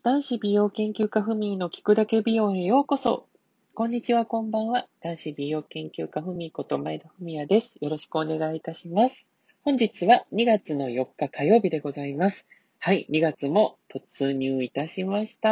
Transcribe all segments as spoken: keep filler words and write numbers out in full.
男子美容研究家ふみの聞くだけ美容へようこそ。こんにちは、こんばんは。男子美容研究家ふみこと前田文也です。よろしくお願いいたします。本日はにがつのよっか火曜日でございます。はい、にがつも突入いたしました。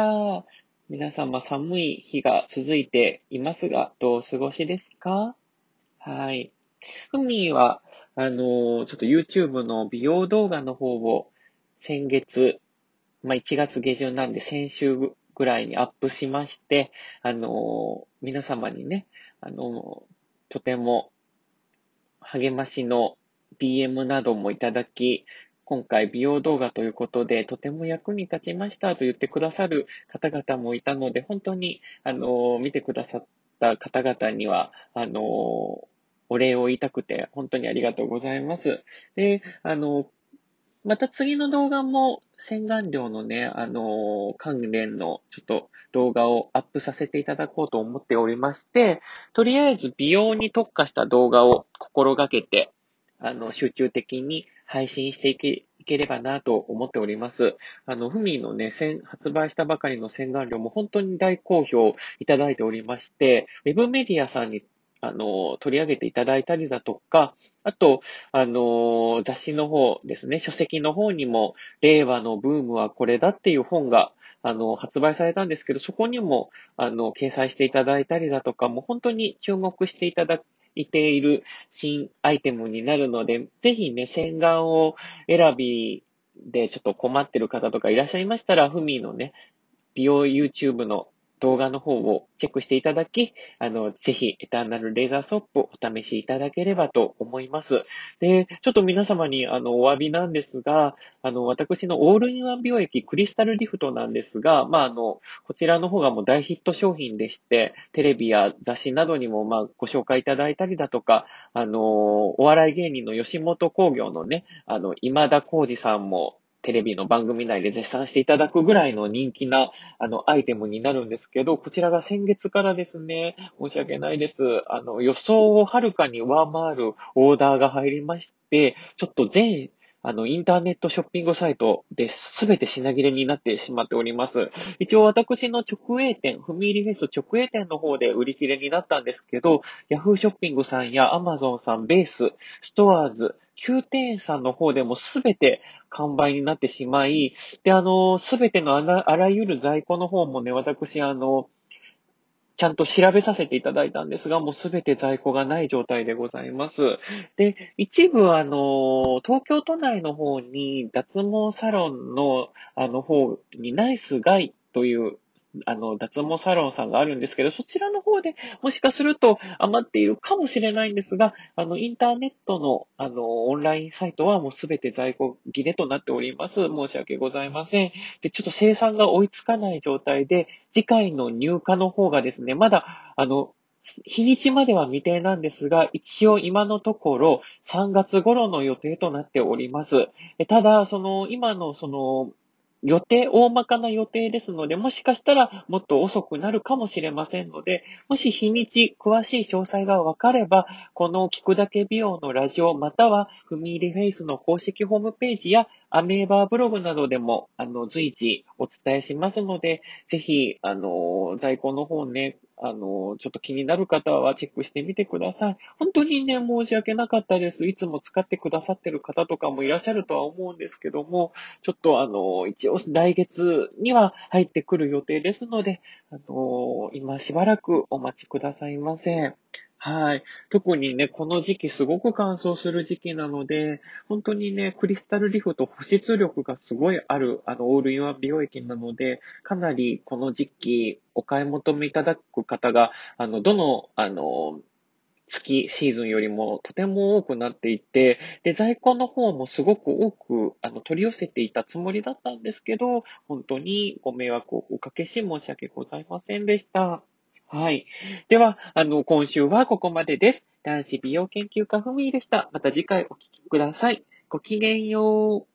皆様寒い日が続いていますが、どうお過ごしですか？はい。ふみは、あのー、ちょっと YouTube の美容動画の方を先月、まあ、いちがつ下旬なんで先週ぐらいにアップしまして、あのー、皆様にね、あのー、とても励ましの ディーエム などもいただき、今回美容動画ということで、とても役に立ちましたと言ってくださる方々もいたので、本当に、あのー、見てくださった方々には、あのー、お礼を言いたくて、本当にありがとうございます。で、あのー、また次の動画も洗顔料のね、あのー関連のちょっと動画をアップさせていただこうと思っておりまして、とりあえず美容に特化した動画を心がけて、あの、集中的に配信していけ、いければなと思っております。あの、ふみのね、洗発売したばかりの洗顔料も本当に大好評いただいておりまして、ウェブメディアさんにあの、取り上げていただいたりだとか、あと、あの、雑誌の方ですね、書籍の方にも、令和のブームはこれだっていう本が、あの、発売されたんですけど、そこにも、あの、掲載していただいたりだとか、もう本当に注目していただいている新アイテムになるので、ぜひね、洗顔を選びでちょっと困ってる方とかいらっしゃいましたら、ふみのね、美容 YouTube の動画の方をチェックしていただき、あの、ぜひ、エターナルレーザーソープをお試しいただければと思います。で、ちょっと皆様に、あの、お詫びなんですが、あの、私のオールインワン美容液クリスタルリフトなんですが、まあ、あの、こちらの方がもう大ヒット商品でして、テレビや雑誌などにも、まあ、ご紹介いただいたりだとか、あの、お笑い芸人の吉本興業のね、あの、今田耕司さんも、テレビの番組内で絶賛していただくぐらいの人気なあの、アイテムになるんですけど、こちらが先月からですね、申し訳ないです。あの、予想をはるかに上回るオーダーが入りまして、ちょっと全、あの、インターネットショッピングサイトで全て品切れになってしまっております。一応私の直営店、踏み入りフェス直営店の方で売り切れになったんですけど、ヤフーショッピングさんやアマゾンさん、ベース、ストアーズ、宮廷園さんの方でも全て完売になってしまい、で、あの、すべてのあらあらゆる在庫の方もね、私、あの、ちゃんと調べさせていただいたんですが、もうすべて在庫がない状態でございます。で、一部、あの、東京都内の方に脱毛サロンの、あの方にナイスガイという、あの、脱毛サロンさんがあるんですけど、そちらの方でもしかすると余っているかもしれないんですが、あの、インターネットの、あの、オンラインサイトはもうすべて在庫切れとなっております。申し訳ございません。で、ちょっと生産が追いつかない状態で、次回の入荷の方がですね、まだ、あの、日にちまでは未定なんですが、一応今のところさんがつ頃の予定となっております。ただ、その、今のその、予定、大まかな予定ですので、もしかしたらもっと遅くなるかもしれませんので、もし日にち、詳しい詳細が分かれば、この聞くだけ美容のラジオ、または、踏み入りフェイスの公式ホームページや、アメーバーブログなどでも、あの、随時お伝えしますので、ぜひ、あの、在庫の方ね、あの、ちょっと気になる方はチェックしてみてください。本当にね、申し訳なかったです。いつも使ってくださってる方とかもいらっしゃるとは思うんですけども、ちょっとあの、一応来月には入ってくる予定ですので、あの、今しばらくお待ちくださいませ。はい。特にね、この時期すごく乾燥する時期なので、本当にね、クリスタルリフト保湿力がすごいある、あの、オールインワン美容液なので、かなりこの時期お買い求めいただく方が、あの、どの、あの、月、シーズンよりもとても多くなっていて、で、在庫の方もすごく多く、あの、取り寄せていたつもりだったんですけど、本当にご迷惑をおかけし申し訳ございませんでした。はい。では、あの、今週はここまでです。男子美容研究家ふみでした。また次回お聞きください。ごきげんよう。